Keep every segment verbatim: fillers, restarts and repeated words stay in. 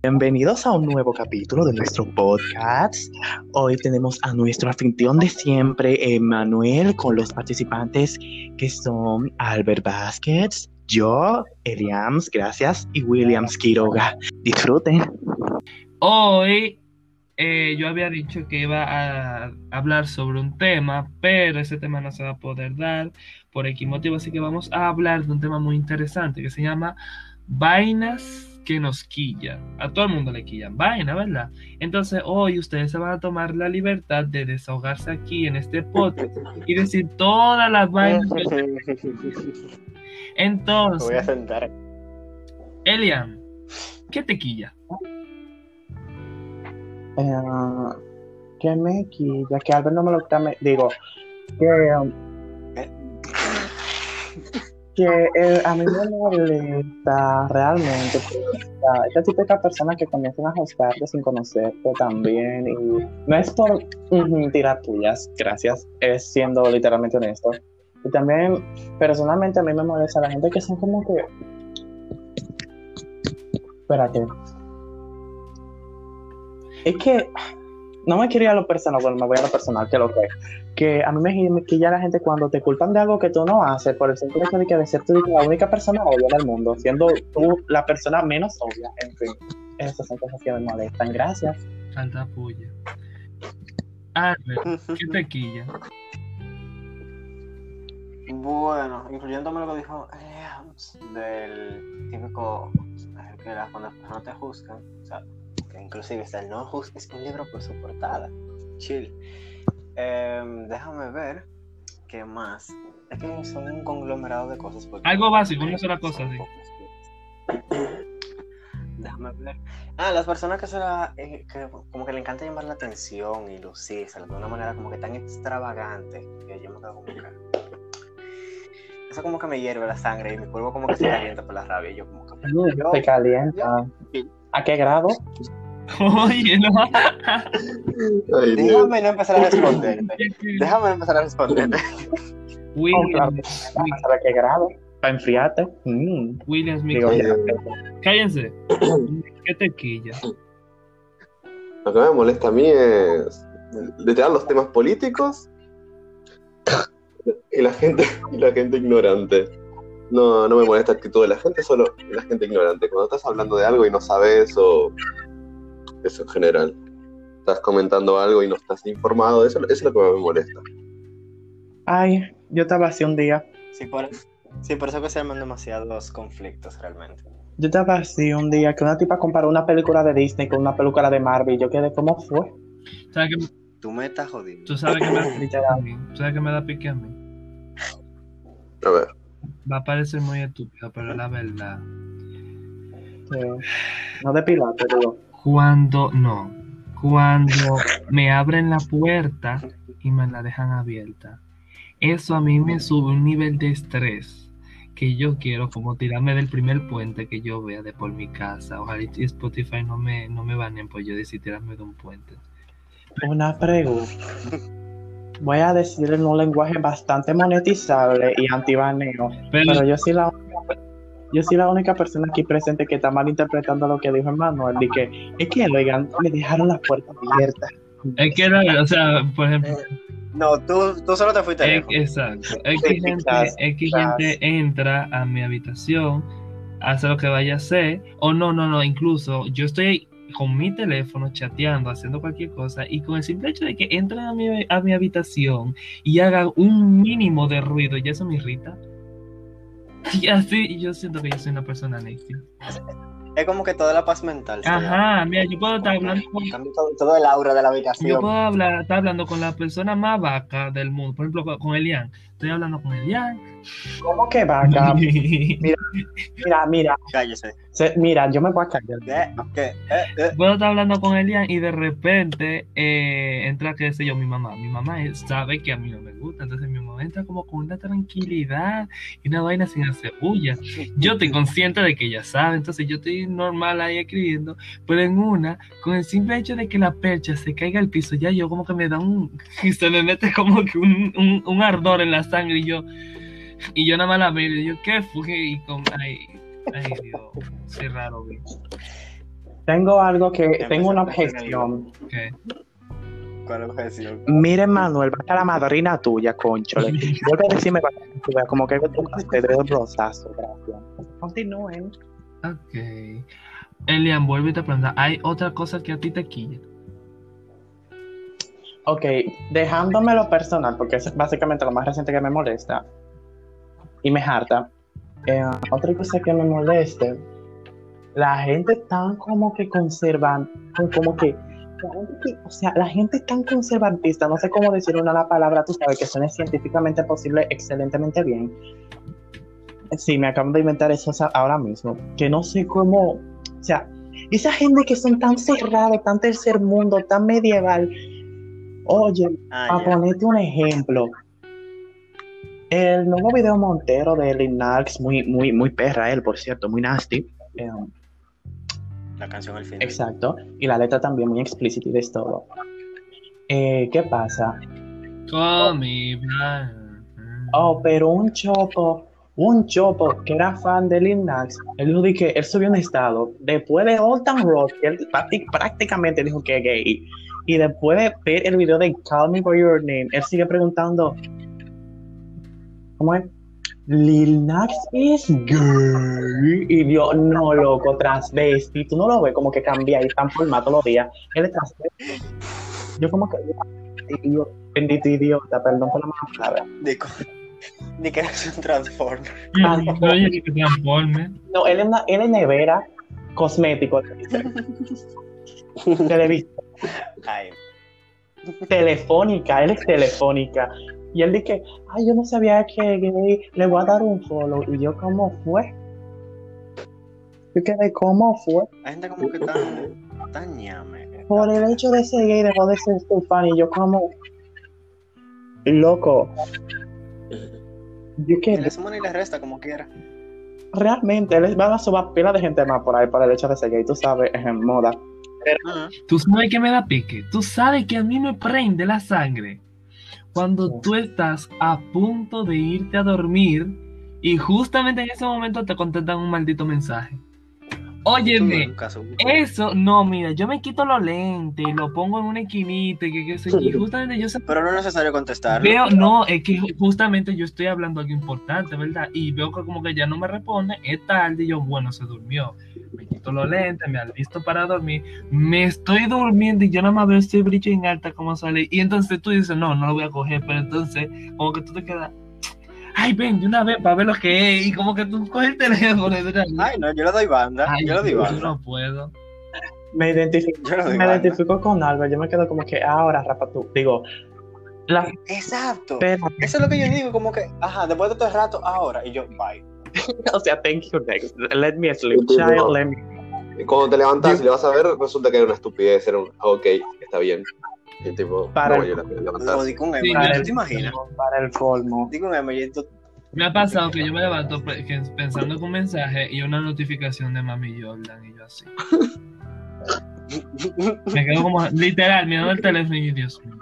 Bienvenidos a un nuevo capítulo de nuestro podcast. Hoy tenemos a nuestro anfitrión de siempre, Emanuel, con los participantes que son Albert Vázquez, yo, Eliams, gracias, y Williams Quiroga. Disfruten. Hoy eh, yo había dicho que iba a hablar sobre un tema, pero ese tema no se va a poder dar por X motivo, así que vamos a hablar de un tema muy interesante que se llama vainas que nos quillan. A todo el mundo le quillan vaina, ¿verdad? Entonces hoy ustedes se van a tomar la libertad de desahogarse aquí en este podcast y decir todas las vainas que... Entonces, voy a sentar. Elian, ¿qué te quilla? Uh, que me quilla, que Albert no me lo está, me, digo, que, um, que eh, a mí me molesta realmente esta, esta típica persona que comienzan a juzgarte sin conocerte también, y no es por uh, tirar tuyas, gracias, es siendo literalmente honesto. Y también, personalmente, a mí me molesta la gente que son como que, espérate, es que no me quiero ir a lo personal, bueno, me voy a lo personal, que lo que que a mí me, me quilla la gente cuando te culpan de algo que tú no haces por el simple hecho de que de ser tú la única persona obvia en el mundo, siendo tú la persona menos obvia. En fin, esas son cosas que me molestan. Gracias. Tanta puya. Albert, ¿qué te quilla? Bueno, incluyéndome lo que dijo eh, del típico eh, que las, cuando las personas te juzgan, o sea, que inclusive está el no juzgues un libro por su portada. Chill. Eh, déjame ver qué más. Es que son un conglomerado de cosas. Algo básico, una sola cosa, sí. Déjame ver. Ah, las personas que, se la, eh, que como que le encanta llamar la atención y lucirse de una manera como que tan extravagante que yo me quedo como que... Eso como que me hierve la sangre y mi cuerpo como que se calienta por la rabia. Y yo como que... Yo, se calienta. Yo, ¿a qué grado? Oye, no. Ay, déjame no empezar a responderte. Déjame no empezar a responderte. William, oh, ¿a qué grado? Para enfriarte. Mm. Williams, mi Digo, cállense. ¿Qué te quilla? Lo que me molesta a mí es literal los temas políticos y la gente y la gente ignorante. No, no me molesta la actitud de la gente, solo la gente ignorante. Cuando estás hablando de algo y no sabes, o eso en general, estás comentando algo y no estás informado, eso, eso es lo que más me molesta. Ay, yo estaba así un día. Sí, por, sí, por eso que se arman demasiados conflictos realmente. Yo estaba así un día que una tipa comparó una película de Disney con una película de Marvel y yo quedé, ¿cómo fue? ¿Sabes qué? Tú me estás jodiendo. ¿Tú sabes que me da pique a mí? ¿Tú sabes que me da pique a mí? A ver. Va a parecer muy estúpido, pero la verdad. Sí. No de Pilato, digo. Cuando, no, cuando me abren la puerta y me la dejan abierta, eso a mí me sube un nivel de estrés que yo quiero como tirarme del primer puente que yo vea de por mi casa. Ojalá y Spotify no me, no me banen por yo decir tirarme de un puente. Una pregunta. Voy a decir en un lenguaje bastante monetizable y antibaneo, pero, pero yo soy la yo soy la única persona aquí presente que está malinterpretando lo que dijo Emanuel, y que es que oigan, me dejaron las puertas abiertas. Es que no, o sea, por ejemplo, eh, no, tú, tú solo te fuiste. Es, exacto. Es que, gente, es que gente entra a mi habitación, hace lo que vaya a hacer, o no, no, no, incluso yo estoy con mi teléfono chateando, haciendo cualquier cosa, y con el simple hecho de que entren a mi, a mi habitación y hagan un mínimo de ruido, ya eso me irrita. Y así yo siento que yo soy una persona necia. Es como que toda la paz mental. Ajá, mira, yo puedo estar hablando con... Todo, todo el aura de la habitación. Yo puedo hablar, estar hablando con la persona más vaca del mundo. Por ejemplo, con Elian. Estoy hablando con Elian. ¿Cómo que vaca? Mira, mira, mira. Cállese. Se, mira, yo me voy a callar. ¿Eh? ¿Qué? ¿Eh? ¿Eh? Puedo estar hablando con Elian y de repente eh, entra, qué sé yo, mi mamá. Mi mamá sabe que a mí no me gusta. Entonces mi mamá entra como con una tranquilidad y una vaina sin hacer bulla. Yo estoy consciente de que ella sabe. Entonces yo estoy normal ahí escribiendo. Pero en una, con el simple hecho de que la percha se caiga al piso, ya yo como que me da un... Y se me mete como que un, un, un ardor en la sangre y yo... Y yo nada más la veo y yo, ¿qué fue? Y con... Ay, ay Dios, qué raro, güey. Tengo algo que, Empezó tengo una a meter objeción. ¿Qué? ¿Cuál objeción? Miren, Manuel, va a la madrina tuya, conchole. Vuelve a decirme cuando tú veas como que tú te doy un rosazo, gracias. Continúen. Ok. Elian, vuelve y te pregunta, ¿hay otra cosa que a ti te quilla? Ok, dejándome lo personal, porque eso es básicamente lo más reciente que me molesta y me harta. Eh, otra cosa que me moleste, la gente tan como que conservan, como que, la gente que- o sea, la gente tan conservantista, no sé cómo decir una la palabra, tú sabes, que suene científicamente posible, excelentemente bien. Sí, me acabo de inventar eso ahora mismo, que no sé cómo, o sea, esa gente que son tan cerrados, tan tercer mundo, tan medieval. Oye, Ah, para ya. ponerte un ejemplo, el nuevo video Montero de Lil Nas, muy, muy, muy perra él, por cierto, muy nasty. eh, La canción al final. exacto, y la letra también muy explícita y de todo. Eh, ¿qué pasa? Con mi plan. Oh, pero un chopo, un chopo que era fan de Lil Nas, él dijo de que él subió un estado después de Old Town Road, que él prácti- prácticamente dijo que es gay. Y después de ver el video de Call Me By Your Name, él sigue preguntando, ¿cómo es? Lil Nas is gay. Y yo, no, loco, transvesti. Tú no lo ves como que cambia y transforma todos los días. Él es transvesti. Yo como que, yo, bendito idiota, perdón por la mala palabra. Ni, co- ni que eres un Transformer. Ah, No, oye, que te transforme. No, él es, una- él es nevera, cosmético, televisión, Ay, telefónica, él es telefónica. Y él dice, ay, yo no sabía que gay, le voy a dar un follow. Y yo, ¿cómo fue? Yo quedé, ¿cómo fue? hay gente como que tan, tan ñame. Por el hecho de ser gay dejó de ser tu fan. Y yo como, loco, yo Y que le suma ni le resta como quiera. realmente él va a sobar pila de gente más por ahí por el hecho de ser gay, tú sabes, es en moda. Ajá. Tú sabes que me da pique. Tú sabes que a mí me prende la sangre cuando Sí. tú estás a punto de irte a dormir y justamente en ese momento te contestan un maldito mensaje. Óyeme, Un caso. eso, no, mira, yo me quito los lentes, lo pongo en una esquinita, y que qué sé yo, y justamente yo sé- Pero no es necesario contestarlo. veo, no, es que justamente yo estoy hablando algo importante, ¿verdad? Y veo que como que ya no me responde, es tarde, y yo, bueno, se durmió. Me quito los lentes, me alisto para dormir, me estoy durmiendo y yo nada más veo ese brillo en alta como sale. Y entonces tú dices, no, no lo voy a coger, pero entonces como que tú te quedas, ay, ven de una vez para ver lo que es, y como que tú coges el teléfono y tú te- Ay, no, yo le doy banda. ay, yo le doy yo banda. no puedo. Me identifico, Yo le doy me banda. identifico con Albert, yo me quedo como que ahora, rapa tú, digo, la Exacto. espera, Eso es lo que yo digo, como que, ajá, después de todo el rato, ahora. Y yo, bye. o sea, thank you next, let me sleep, child, let me. Y cuando te levantas y le vas a ver, resulta que era una estupidez, era un, ah, ok, está bien. Y tipo, Para no el- valió la pena O levantarse. digo un Sí, emoji. yo- ¿Tú te imaginas? Para el colmo. Digo un emoji y tú- Me ha pasado que yo me levanto pe- que- pensando que un mensaje y una notificación de Mami Jordan y yo así. Me quedo como literal mirando el teléfono y Dios mío.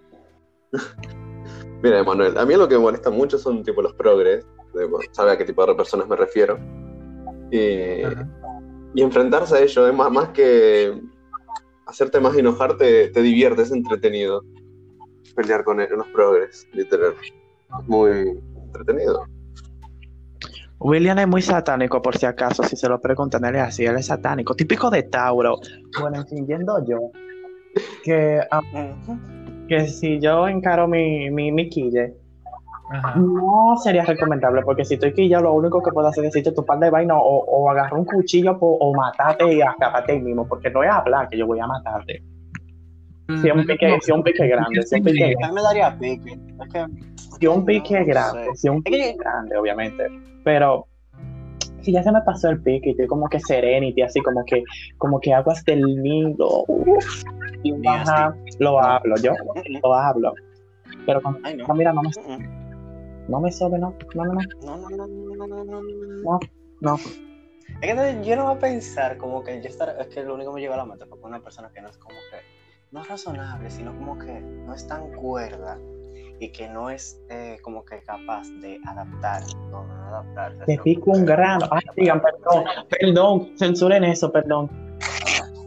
Mira, Emanuel, a mí lo que me molesta mucho son tipo los progres, de- bueno, sabe a qué tipo de personas me refiero. Y, Ajá. y enfrentarse a ello, es más, más que hacerte más enojarte, te divierte, es entretenido. Pelear con unos progres, literal. Muy entretenido. William es muy satánico, por si acaso, si se lo preguntan, él es así, él es satánico, típico de Tauro. Bueno, en fin, yendo yo, que, ah, Ujú. que si yo encaro mi, mi, mi quille, Ajá. no sería recomendable, porque si estoy quilla, lo único que puedo hacer es decirte tu par de vaina o, o agarrar un cuchillo po- o matarte y acabarte ahí mismo, porque no es hablar que yo voy a matarte. Si es un pique, si es un pique grande, si es un pique A grande. mí me daría pique. Es que, Si un pique no grande, sé. si un Es que pique grande, obviamente. Pero si ya se me pasó el pique y estoy como que serenity, así como que, como que aguas del Nilo. Uf, y Ni ajá, lo No. hablo, yo Mm, mm. lo hablo. Pero cuando, Ay, no. no, mira, no me, Mm, mm. no me sobe, no, no, no, no, No, no, no, no, no, no, no, no. no, no. Es que entonces yo no voy a pensar como que yo estar, es que lo único que me llegó a la mente fue con una persona que no es como que, no es razonable, sino como que no es tan cuerda y que no es eh, como que capaz de adaptar, no, no adaptarse. Te sino pico como un que- grano. Ay, digan, perdón, perdón, censuren eso, perdón.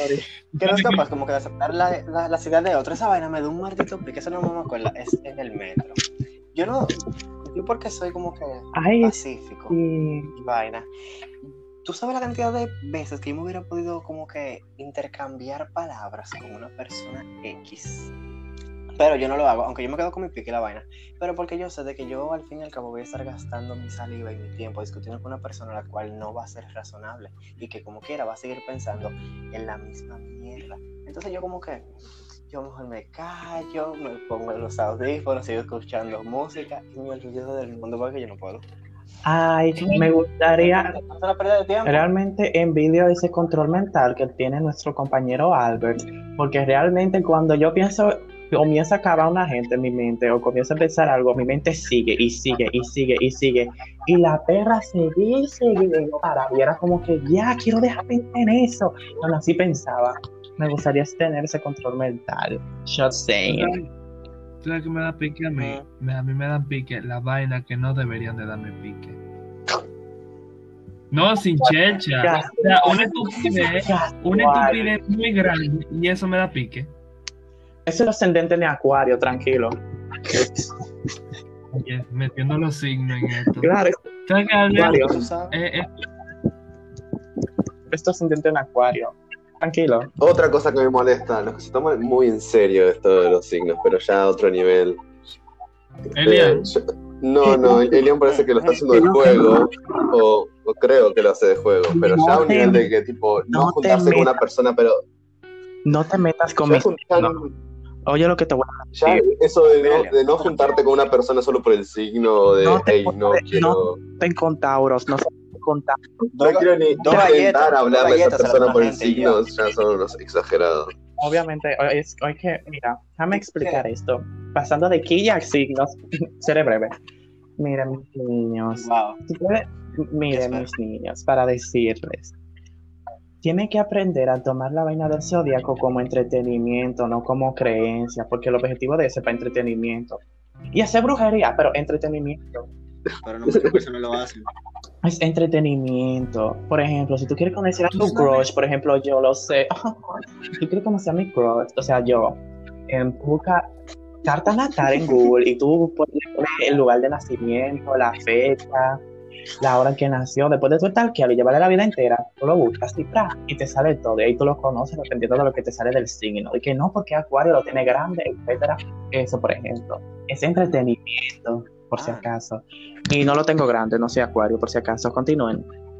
sorry. Que no es capaz como que de aceptar la, la, las ideas de otro. Esa vaina me da un maldito pique, eso no me acuerdo, es en el metro. Yo no, yo porque soy como que Ay, pacífico sí. y vaina. Tú sabes la cantidad de veces que yo me hubiera podido como que intercambiar palabras con una persona X. Pero yo no lo hago, aunque yo me quedo con mi pique y la vaina. Pero porque yo sé de que yo al fin y al cabo voy a estar gastando mi saliva y mi tiempo discutiendo con una persona la cual no va a ser razonable y que como quiera va a seguir pensando en la misma mierda. Entonces yo como que, yo mejor me callo, me pongo los audífonos, sigo escuchando música y me olvido del mundo porque yo no puedo. Ay, me gustaría, No es una pérdida de tiempo. realmente envidio ese control mental que tiene nuestro compañero Albert, porque realmente cuando yo pienso, comienza a acabar una gente en mi mente o comienza a pensar algo, mi mente sigue y sigue y sigue y sigue y la perra seguía y seguía y no paraba y era como que ya quiero dejar pensar en eso. Bueno, así pensaba. Me gustaría tener ese control mental. Just saying. ¿Sabes qué me da pique a mí? Me- A mí me dan pique la vaina que no deberían de darme pique. No, sin checha. O sea, una estupidez, una estupidez muy grande y eso me da pique. Ese es ascendente de Acuario, tranquilo. Oye, metiendo los signos en esto. Claro, ¿Sabes qué, Adrián? Acuario. ¿Tú sabes? Eh, eh, Esto es ascendente en Acuario. Tranquilo. Otra cosa que me molesta, los que se toman muy en serio esto de los signos, pero ya a otro nivel. Elian. Eh, yo- no, no, Elian parece que lo está haciendo de juego, o, o creo que lo hace de juego, pero ya a un nivel de que, tipo, no, no te juntarse con una metas. persona, pero No te metas con ya mis juntar- signos. Oye lo que te voy a ya decir. eso de no, de no juntarte con una persona solo por el signo, de, No te hey, no pongas- quiero, Ten con Tauros, no se con Tauros. no quiero ni dos intentar galletas, dos hablarle a esa galletas a la persona por el gente y signo, ya son unos exagerados. Obviamente, es, hay que, mira, déjame explicar esto. Pasando de quilla a signos, seré breve. Miren, mis niños, Wow. si puede- miren, Espera. mis niños, para decirles, tienen que aprender a tomar la vaina del zodiaco como entretenimiento, no como creencia, porque el objetivo de ese es para entretenimiento. Y hacer brujería, pero entretenimiento. Pero no muchas personas lo hacen. Es entretenimiento. Por ejemplo, si tú quieres conocer a Tú tu sabes- crush, por ejemplo, yo lo sé. Si tú quieres conocer a mi crush, o sea, yo, em, busca carta natal en Google y tú pones el lugar de nacimiento, la fecha, la hora en que nació. Después de tu talquear y llevarle la vida entera, tú lo buscas y, ¡pra! Y te sale todo. Y ahí tú lo conoces dependiendo de lo que te sale del signo. Y que no, porque Acuario lo tiene grande, etcétera. Eso, por ejemplo. Es entretenimiento, por si Ah. acaso. Y no lo tengo grande, no soy Acuario, por si acaso. Continúen.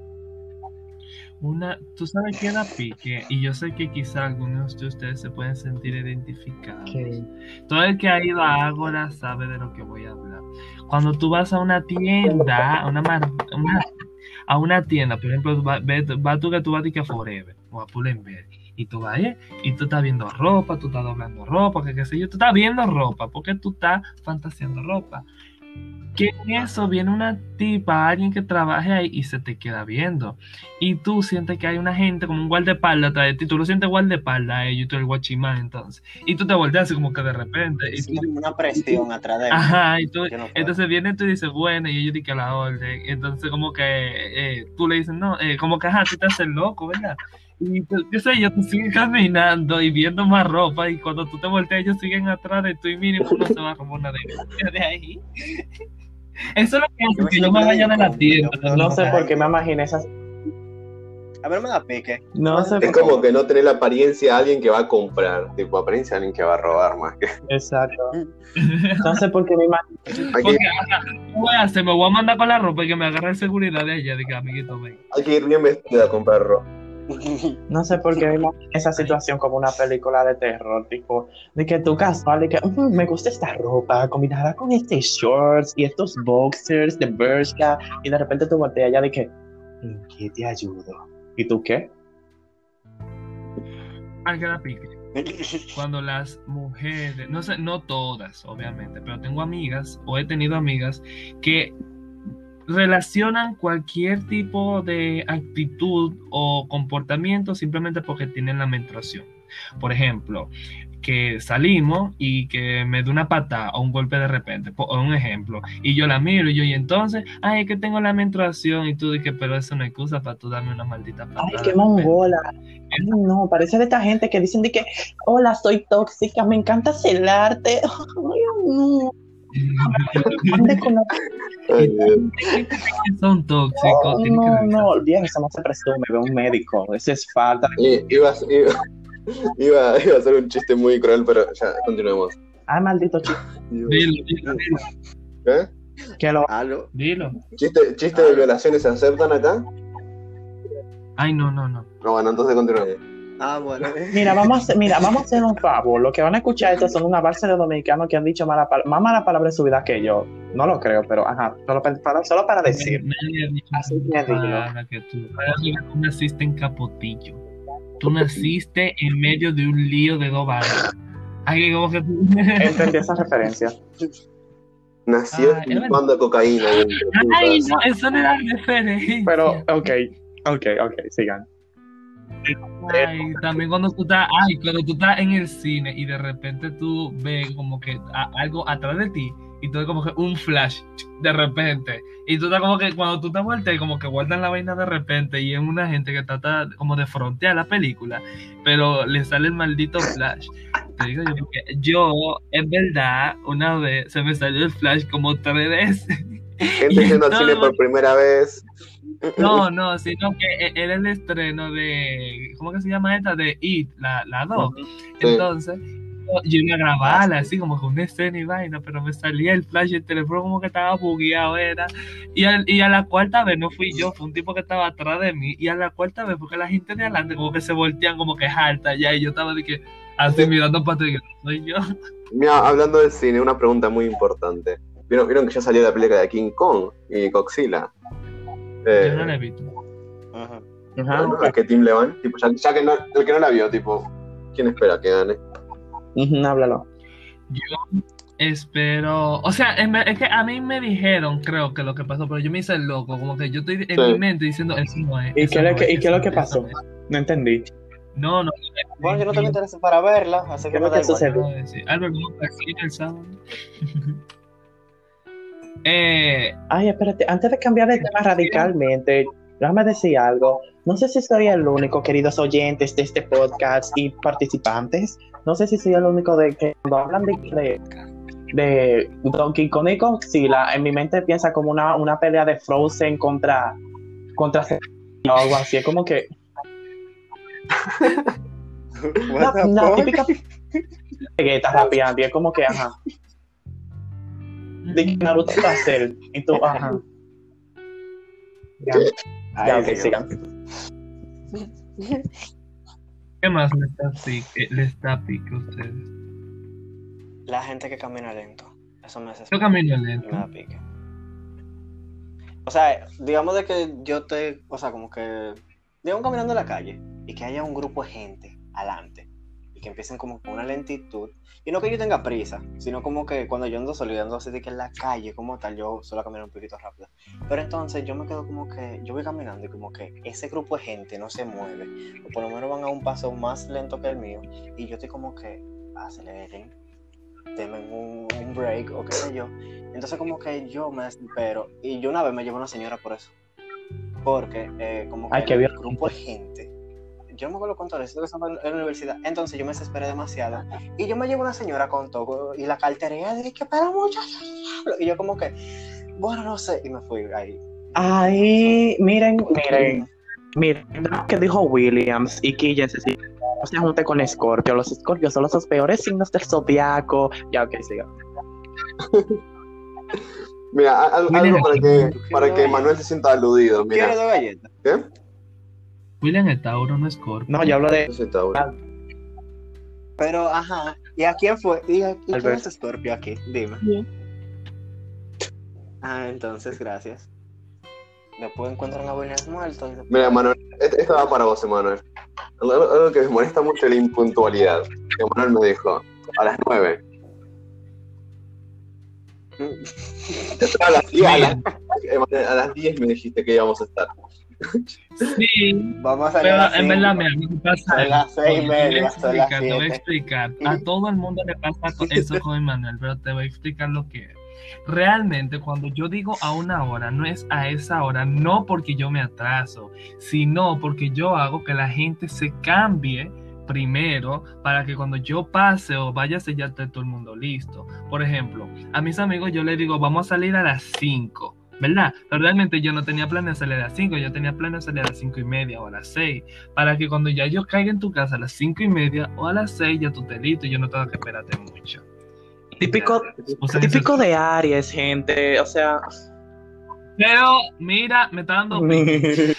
Una, tú sabes que da pique, y yo sé que quizá algunos de ustedes se pueden sentir identificados. Todo el que ha ido a Ágora sabe de lo que voy a hablar. Cuando tú vas a una tienda, a una, mar- una- a una tienda, por ejemplo, va, ve- va tú que tú vas a Tika Forever o a Pull&Bear, y tú vas ahí, y tú estás viendo ropa, tú estás doblando ropa, que qué sé yo, tú estás viendo ropa, porque tú estás fantaseando ropa. Que en eso viene una tipa, alguien que trabaje ahí y se te queda viendo. Y tú sientes que hay una gente como un guardaespaldas atrás de ti. Tú lo sientes guardaespaldas a ellos y tú el guachimán entonces. Y tú te volteas así como que de repente. Y Es tú, como una presión atrás de mí. ajá, y tú, Yo no puedo. entonces viene tú y dices, bueno, y ellos dicen que a la orden. Entonces como que eh, tú le dices, no, eh, como que ajá, tú te haces loco, ¿verdad? Y tú, qué sé yo, tú sigues caminando y viendo más ropa y cuando tú te volteas ellos siguen atrás de tú y mínimo uno se va a robar una de, de ahí. Eso es lo que hace que yo me vaya de la tienda. No sé por qué me imaginé esas. A ver, me da pique. No sé Es por como que no tener la apariencia de alguien que va a comprar, tipo apariencia de alguien que va a robar más que. Exacto. No sé por qué me imagino. Hay Porque, que, ajá, ¿qué voy a hacer? Me voy a mandar con la ropa y que me agarre el seguridad de ella. Diga, amiguito, ven. hay que ir bien vestido a comprar ropa. No sé por qué me imagino esa situación como una película de terror, tipo, de que tú casual, de que "Mm, me gusta esta ropa, combinada con este shorts y estos boxers de Bershka", y de repente tú volteas allá de que, "¿En qué te ayudo?" ¿Y tú qué? Al que la pique. Cuando las mujeres, no sé, no todas, obviamente, pero tengo amigas o he tenido amigas que relacionan cualquier tipo de actitud o comportamiento simplemente porque tienen la menstruación. Por ejemplo, que salimos y que me dé una patada o un golpe de repente, po- o un ejemplo, y yo la miro y yo, y entonces, ay, es que tengo la menstruación, y tú dices, pero eso no es excusa para tú darme una maldita patada. Ay, de qué repente. mongola. Ay, no, parece de esta gente que dicen de que, hola, soy tóxica, me encanta celarte. Ay, no. Ande con la- Ay, Dios. Que son tóxicos, tienen que No, revisar. no, viejo, eso no se presume, ve un médico. Eso es falta. I- Iba, iba, iba, iba a hacer un chiste muy cruel, pero ya, continuemos. Ay, maldito chico. Dilo, dilo, dilo, ¿Eh? Que lo... Aló. dilo. ¿Chiste, chiste de violaciones se aceptan acá? Ay, no, no, no. No, bueno, entonces continuemos. Ah, bueno. Mira, vamos a hacer, mira, vamos a hacer un favor. Lo que van a escuchar esto son una base de dominicanos que han dicho mala pal- más mala palabra en su vida que yo. No lo creo, pero ajá, solo para, para- solo para decir. Nadie ha dicho Así que nada dilo. para que tú. Para que tú naciste en Capotillo. Tú naciste en medio de un lío de dos barrios. Ay, que como que tú. Entendí esa referencia. Nació Ah, era- flipando cocaína. Ay, no, eso no era referencia. Pero, ok, ok, ok, sigan. Ay, también cuando tú estás, ay, cuando tú estás en el cine y de repente tú ves como que a- algo atrás de ti y tú ves como que un flash de repente y tú estás como que cuando tú te vueltas como que guardan la vaina de repente y es una gente que trata como de frontear la película, pero le sale el maldito flash. Te digo yo, porque yo en verdad una vez se me salió el flash como tres veces. Gente yendo al todo- cine por primera vez. No, no, sino que e- era el estreno de, ¿cómo que se llama esta? De It, la, la dos. Entonces, yo, yo iba a grabarla así como con una escena y vaina, pero me salía el flash y el teléfono como que estaba bugueado, era. Y, al- y a la cuarta vez no fui yo, fue un tipo que estaba atrás de mí. Y a la cuarta vez, porque la gente de adelante como que se voltean como que harta ya, y yo estaba de que así mirando para atrás, y yo, no soy yo. Mira, hablando del cine, una pregunta muy importante. ¿Vieron, vieron que ya salió la película de King Kong y Godzilla? Eh, Yo no la he visto. Ajá. Ajá. ¿A qué team le van? Tipo, ya, ya que no, el que no la vio, tipo, ¿quién espera que gane? Ujú, háblalo. Yo espero, o sea, en ver- es que a mí me dijeron, creo que lo que pasó, pero yo me hice el loco, como que yo estoy en Sí. mi mente diciendo, eso no es. ¿Y eso qué, no le- qué- es, ¿y qué es lo eso que no es, pasó? eso no es". No entendí. No, no. Bueno, yo no tengo interés para verla, así ¿Qué que es me lo da que igual. sucedió? No, eh, sí. Albert, ¿cómo te explica el sábado? eh, Ay, espérate, antes de cambiar de tema radicalmente, déjame decir algo. No sé si soy el único, queridos oyentes de este podcast y participantes. No sé si soy el único de que cuando hablan de, de, de Donkey Kong y Godzilla, en mi mente piensa como una, una pelea de Frozen contra contra o algo así. Es como que What the la, la fuck? típica Vegeta rapeando y es como que ajá. De que Naruto va a hacer y tú ajá. Ya, Ay, ya, ok, Dios. sigan. ¿Qué más le está pique, le está pique a ustedes? La gente que camina lento. Eso me hace Yo camino me lento. da pique. O sea, digamos de que yo te, o sea, como que digamos caminando en la calle y que haya un grupo de gente adelante y que empiecen como con una lentitud y no que yo tenga prisa, sino como que cuando yo ando solo y ando así de que en la calle como tal, yo solo camino un poquito rápido. Pero entonces yo me quedo como que, yo voy caminando y como que ese grupo de gente no se mueve, o por lo menos van a un paso más lento que el mío y yo estoy como que aceleren, denme un, un break o qué sé yo. Entonces como que yo me desespero y yo una vez me llevo a una señora por eso, porque eh, como que Ay, qué el bien. grupo de gente, yo no me acuerdo cuánto era, eso que estaba en la universidad, entonces yo me desesperé demasiado y yo me llevo a una señora con todo y la cartería de que para muchachos y yo como que bueno no sé y me fui ahí. Ay, miren, miren, miren lo que dijo Williams y quíllense si no se junte con Scorpio. Los Scorpios son los peores signos del zodiaco. Ya, ok, siga. Mira, a- al- algo para que, para que Manuel se sienta aludido. ¿Quieres Mira, dos galletas? ¿qué? William es Tauro, no es Scorpio. No, yo hablo de. Yo soy Tauro. Pero ajá, ¿y a quién fue? ¿Y, a, y quién Alberto. es Scorpio aquí? Dime. Ah, entonces gracias. Después encuentran a Williams muerto y después... Mira, Manuel, este- esto va para vos, Manuel. Algo, algo que me molesta mucho es la impuntualidad. Que Manuel me dijo, a las nueve. A las diez, a las, eh, Manuel, a las diez me dijiste que íbamos a estar. Sí, Vamos a salir pero a las en verdad, cinco. mira, lo que pasa Son es, las seis y oye, te voy a media, son las explicar, te voy a siete. explicar. A todo el mundo le pasa co- eso con Emanuel, pero te voy a explicar lo que es. Realmente, cuando yo digo a una hora, no es a esa hora, no porque yo me atraso, sino porque yo hago que la gente se cambie primero para que cuando yo pase o vaya ya esté todo el mundo listo. Por ejemplo, a mis amigos yo les digo, vamos a salir a las cinco, ¿verdad? Pero realmente yo no tenía planes de salir a las cinco, yo tenía planes de salir a las cinco y media o a las seis, para que cuando ya yo caiga en tu casa a las cinco y media o a las seis ya tú estés listo y yo no tenga que esperarte mucho. Típico, O sea, típico eso- de Aries, gente. O sea. Pero, mira, me está dando pique.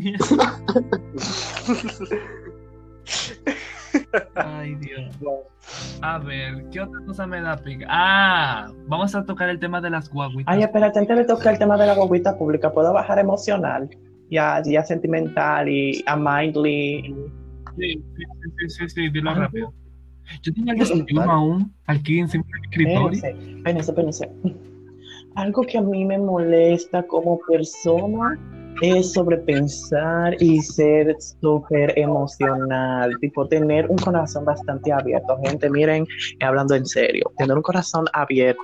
Ay, Dios. A ver, ¿qué otra cosa me da pique? Ah, vamos a tocar el tema de las guaguitas. Ay, espérate, antes de tocar el tema de la guaguita pública, ¿puedo bajar emocional? Ya, ya sentimental y a mindly. Sí, sí, sí, sí, sí, dilo Ay, rápido. Yo tenía el desayuno aún aquí encima del escritorio. Espérense, espérense, espérense. Algo que a mí me molesta como persona es sobrepensar y ser súper emocional, tipo tener un corazón bastante abierto. Gente, miren, hablando en serio, tener un corazón abierto,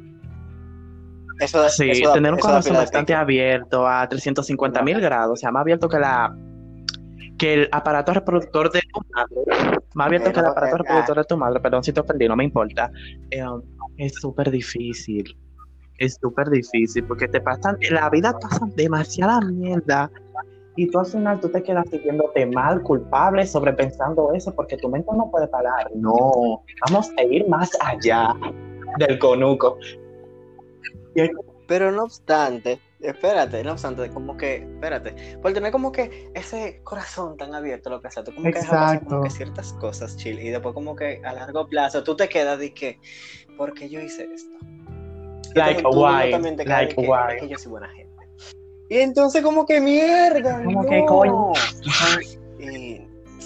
Eso, sí, eso da- tener un eso da corazón pila de bastante pique. abierto a trescientos cincuenta mil grados, o sea, más abierto que la que el aparato reproductor de tu madre, más abierto Ok, que el no, aparato eh, reproductor de tu madre, perdón si te ofendí, no me importa. Eh, es súper difícil. Es súper difícil porque te pasan, la vida pasa demasiada mierda y tú al final tú te quedas sintiéndote mal, culpable, sobrepensando eso porque tu mente no puede parar. No, vamos a ir más allá del conuco. Y hay- Pero no obstante, espérate, no obstante, como que, espérate, por tener como que ese corazón tan abierto, lo que sea, tú como que dejas pasar como Exacto. que ciertas cosas chill y después como que a largo plazo tú te quedas de que, ¿por qué yo hice esto? Y Like entonces tú why, mismo también te quedas like de que, why. es que yo soy buena gente. Y entonces como que mierda, Como no. que coño. Tú sabes, Y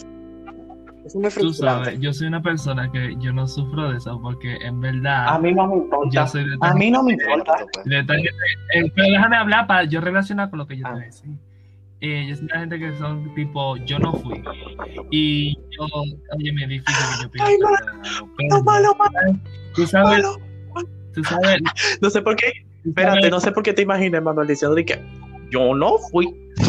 es muy tú frustrante. sabes, yo soy una persona que yo no sufro de eso porque en verdad A mí no me yo importa. soy de A tan- mí no me importa. de tan- eh, pero déjame hablar para yo relacionar con lo que yo te Ah. voy a decir. Eh, yo soy una gente que son tipo, yo no fui. Y yo, oye, me es difícil que yo pida Ay, perdón. a los No, malo, perros. malo, Tú sabes, malo. tú sabes, No sé por qué. tú Espérate, sabes, no sé por qué te imaginas, Manuel, diciendo de que yo no fui.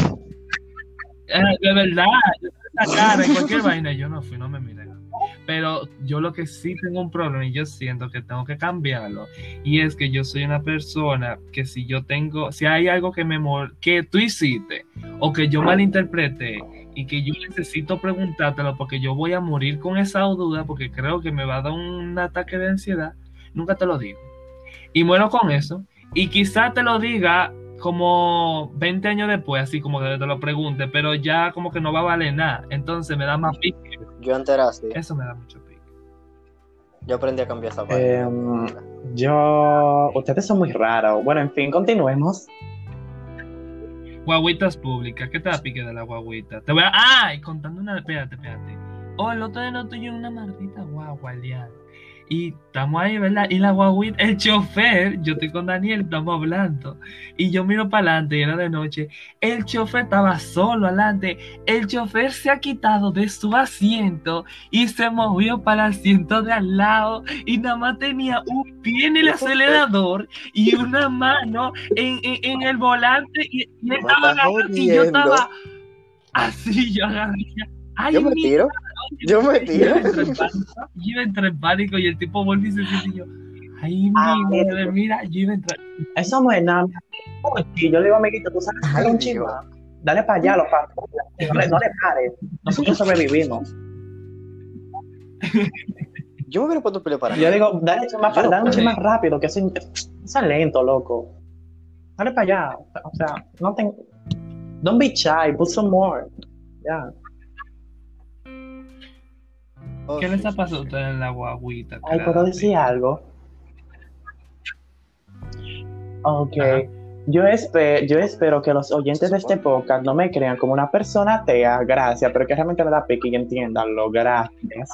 eh, de verdad, yo tengo esa cara en cualquier vaina, yo no fui, no me miren. Pero yo lo que sí tengo un problema y yo siento que tengo que cambiarlo, y es que yo soy una persona que si yo tengo, si hay algo que me mol- que tú hiciste o que yo malinterpreté y que yo necesito preguntártelo porque yo voy a morir con esa duda porque creo que me va a dar un ataque de ansiedad, nunca te lo digo. Y muero con eso, y quizá te lo diga como veinte años después, así como que te lo pregunte, pero ya como que no va a valer nada, entonces me da más pique. Yo antes era así. Eso me da mucho pique. Yo aprendí a cambiar esa Eh, vaina. yo, ustedes son muy raros. Bueno, en fin, continuemos. Guaguitas públicas, ¿qué te da pique de la guaguita? Te voy a... ¡Ay! Contando una... Espérate, espérate. Oh, el otro día no tuyo una maldita guagua, Lian. Y estamos ahí, ¿verdad? Y la guaguita, el chofer, yo estoy con Daniel, estamos hablando. Y yo miro para adelante, y era de noche. El chofer estaba solo adelante. El chofer se ha quitado de su asiento y se movió para el asiento de al lado. Y nada más tenía un pie en el acelerador y una mano en, en, en el volante. Y, y él Me estaba estás agarrado, y yo jodiendo. estaba así, yo agarré. Ay, Yo me mi tiro. Yo me yo tiro. entré en pánico, yo iba a entrar en pánico y el tipo vuelve y se siente y yo, ay, Ah, mi madre, mira, yo iba a entrar. Eso no es nada. Y yo le digo, amiguito, tú sabes, hay un chisme. Dale para allá, los patos. No le, no le pares. Nosotros sobrevivimos. Yo me hubiera puesto pelea para Yo digo, dale, un más, Yo no dale un puedo. chisme más rápido, que eso es lento, loco. Dale para allá. O sea, no tengo. Don't be shy, put some more. Ya. Oh, ¿Qué sí, les ha sí, pasado a sí. ustedes en la guaguita? Ay, ¿puedo decir algo? Ok. Ajá. Yo, espe- yo espero que los oyentes de este podcast no me crean como una persona atea, gracias, pero que realmente me da pique y entiendanlo, gracias.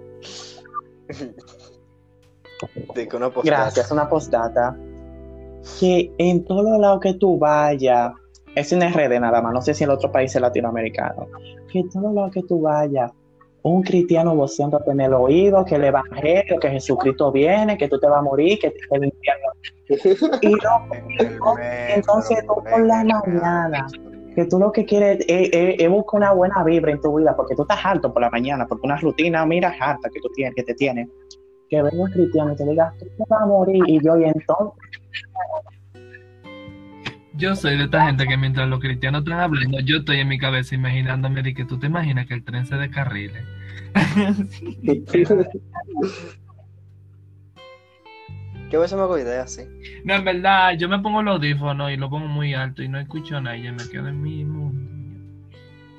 De que una postada. Gracias, una postdata. que en todos los lados que tú vayas, es en R D nada más, no sé si en otros países latinoamericanos, que en todos los lados que tú vayas, un cristiano voceándote en el oído, que el evangelio, que Jesucristo viene, que tú te vas a morir, que te el infierno. Y no, entonces tú por la mañana, que tú lo que quieres es, es, es buscar una buena vibra en tu vida, porque tú estás harto por la mañana, porque una rutina, mira, harta que tú tienes, que te tienes, que venga un cristiano y te diga, tú te vas a morir, y yo, y entonces... Yo soy de esta gente que mientras los cristianos están hablando, yo estoy en mi cabeza imaginándome de que tú te imaginas que el tren se descarrile. Yo a veces me hago ideas así. No, en verdad, yo me pongo los audífonos y lo pongo muy alto y no escucho nada y ya me quedo en mi mundo.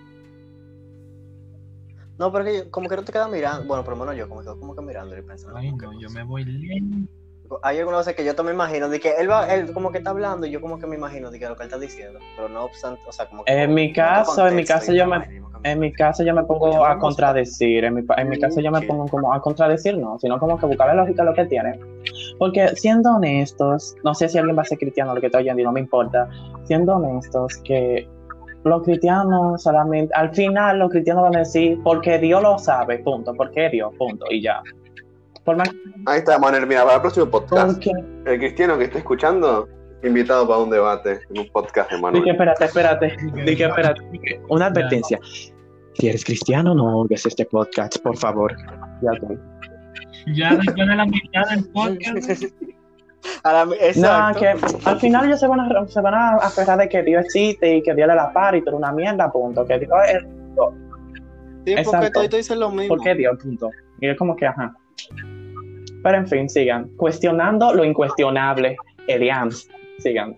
No, pero es que yo, como que no te quedas mirando. Bueno, por lo menos yo, como que quedo como que mirando y pensando. Ay, como que no, yo cosas. me voy lento. Hay algunas veces que yo también me imagino de que él va, él como que está hablando y yo como que me imagino de que lo que él está diciendo, pero no obstante, o sea, como que En mi con otro caso, en mi contexto caso y yo una me, vaina, y como que- en mi caso yo me pongo a contradecir, en mi, pa- en mi caso yo me pongo como a contradecir, no, sino como que buscar la lógica de lo que él tiene. Porque siendo honestos, no sé si alguien va a ser cristiano lo que está oyendo y no me importa, siendo honestos que los cristianos solamente, al final los cristianos van a decir, porque Dios lo sabe, punto, porque Dios, punto, y ya. Por más Ahí está, Manuel. Mira, para el próximo podcast, porque, el cristiano que esté escuchando, invitado para un debate en un podcast de dije, Manuel. espérate, espérate, dije, espérate, dije, una advertencia. Si eres cristiano, no oigas este podcast, por favor. Ya estoy. Ya después de la mitad del podcast, A la- No, exacto. que al final ellos se van a, se van a aferrar de que Dios existe y que Dios le da par y tú eres una mierda, punto. Que Dios es, Sí, porque exacto. todo dice lo mismo. ¿por qué Dios, punto? Y es como que, ajá. Pero en fin, sigan. Cuestionando lo incuestionable. Eliams, sigan.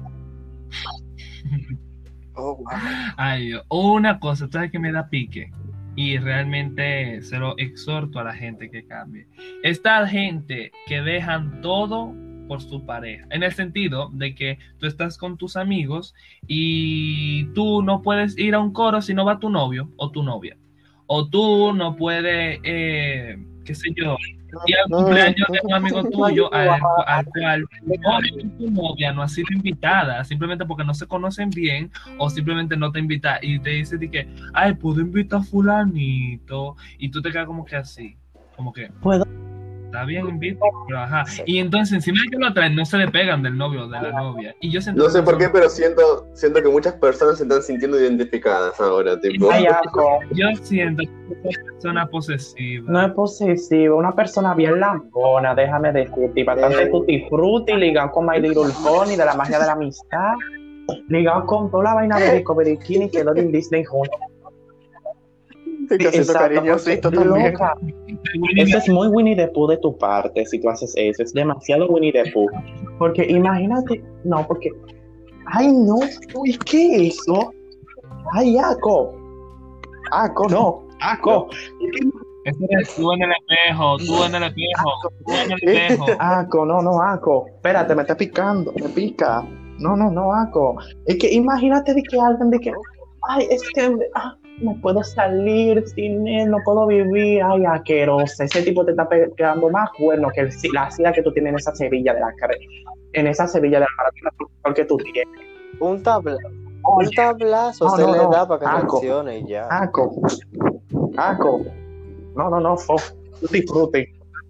Oh, wow. ay, Dios. Una cosa, ¿sabes que me da pique? Y realmente se lo exhorto a la gente que cambie. Esta gente que dejan todo por su pareja, en el sentido de que tú estás con tus amigos y tú no puedes ir a un coro si no va tu novio o tu novia, o tú no puedes, eh, qué sé yo, ir al cumpleaños de un amigo tuyo al, al cual no, tu novia no ha sido invitada, simplemente porque no se conocen bien o simplemente no te invita y te dice de que, ay, puedo invitar a fulanito, y tú te quedas como que así, como que ¿Puedo? está bien, invito, pero ajá. Y entonces encima de que lo traen, no se le pegan del novio o de la novia. Y yo siento No sé que por eso- qué, pero siento, siento que muchas personas se están sintiendo identificadas ahora, tipo. Ay, asco. Yo siento que es una persona posesiva. No es posesivo, una persona bien lambona, déjame decirte, y bastante Eh. tutti frutti, ligado con My Little Pony, de la magia de la amistad, ligado con toda la vaina de Discovery King y quedó en Disney juntos. Sí, que siento cariñosito porque, también. loca, eso es muy Winnie the Pooh de tu parte, si tú haces eso, es demasiado Winnie the Pooh. Porque imagínate, no, porque, ay no, uy, ¿qué es eso? Ay, Aco, Aco, no, Aco, Ese eres tú en el espejo, tú en el espejo, tú en el espejo. Aco, no, no, Aco, espérate, me está picando, me pica, no, no, no, Aco, es que imagínate de que alguien de que, ay, es que, ah, no puedo salir sin él, no puedo vivir, ay, asqueroso, ese tipo te está pegando más cuerno que el, la sida que tú tienes en esa sevilla de la cara, en esa sevilla de la cara que tú tienes. Un tabla, Oye, un tablazo no, se no, le no. da para que Aco. reaccione y ya. Aco, Aco, no, no, no, fo, tutti frutti.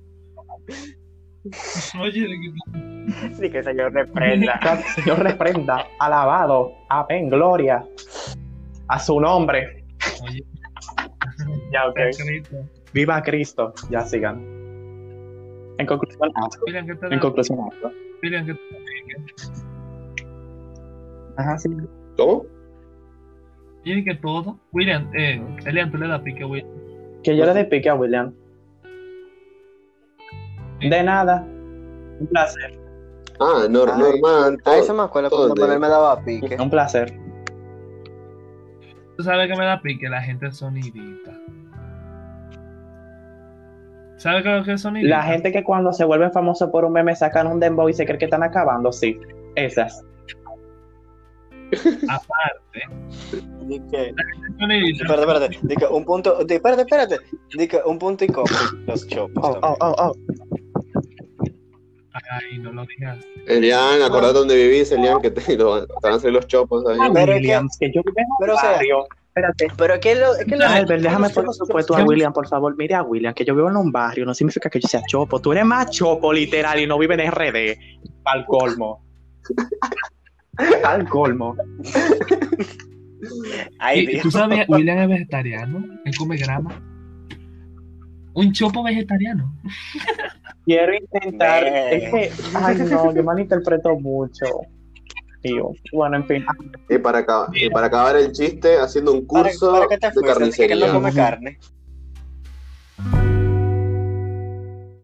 Oye, ¿de qué- Sí, que el señor reprenda. Señor reprenda, alabado, amén, gloria a su nombre. Oye, Ya, ok. Cristo. Viva Cristo. Ya sigan. En conclusión, asco. William, ¿qué te En da? conclusión, asco. William, ¿qué te da? Ajá, sí. ¿Cómo? Yo dije todo. William, eh, Elian, tú le das pique a William. Que yo le dé pique a William. De nada. Un placer. Ah, nor- Ay, normal. A eso todo. me acuerdo todo cuando de- Manuel me daba pique. Un placer. Tú sabes que me da pique la gente sonidita. ¿Sabes qué es lo que es sonidita? La gente que cuando se vuelven famosos por un meme sacan un dembow y se cree que están acabando, sí. Esas. Aparte, Di que- sonidita. Espérate, espérate. Di que un punto. Di, espérate, espérate. Di que un punto y coma. Los chopos. Oh, oh, también. oh, oh. Ay, no lo digas. Elian, acordate dónde vivís, Elian, que te, lo, te van a hacer los chopos ahí. Ah, Pero es Williams, que yo vivo en un pero, o sea, barrio. Espérate. Pero ¿qué es lo, qué es lo Albert, déjame los por chopos- supuesto a William, por favor. Mire a William, que yo vivo en un barrio, no significa que yo sea chopo. Tú eres más chopo, literal, y no vive en R D. Al colmo. Al colmo. Ay, ¿Y Dios. ¿Tú sabías? William es vegetariano. Él come grama. Un chopo vegetariano. Quiero intentar. Ve. Es que, ay, no, yo malinterpreto mucho. Tío. Bueno, en fin. Y para, acabar, y para acabar el chiste, haciendo un ¿Para, curso para qué te de fuiste? Así que carnicería. no come carne.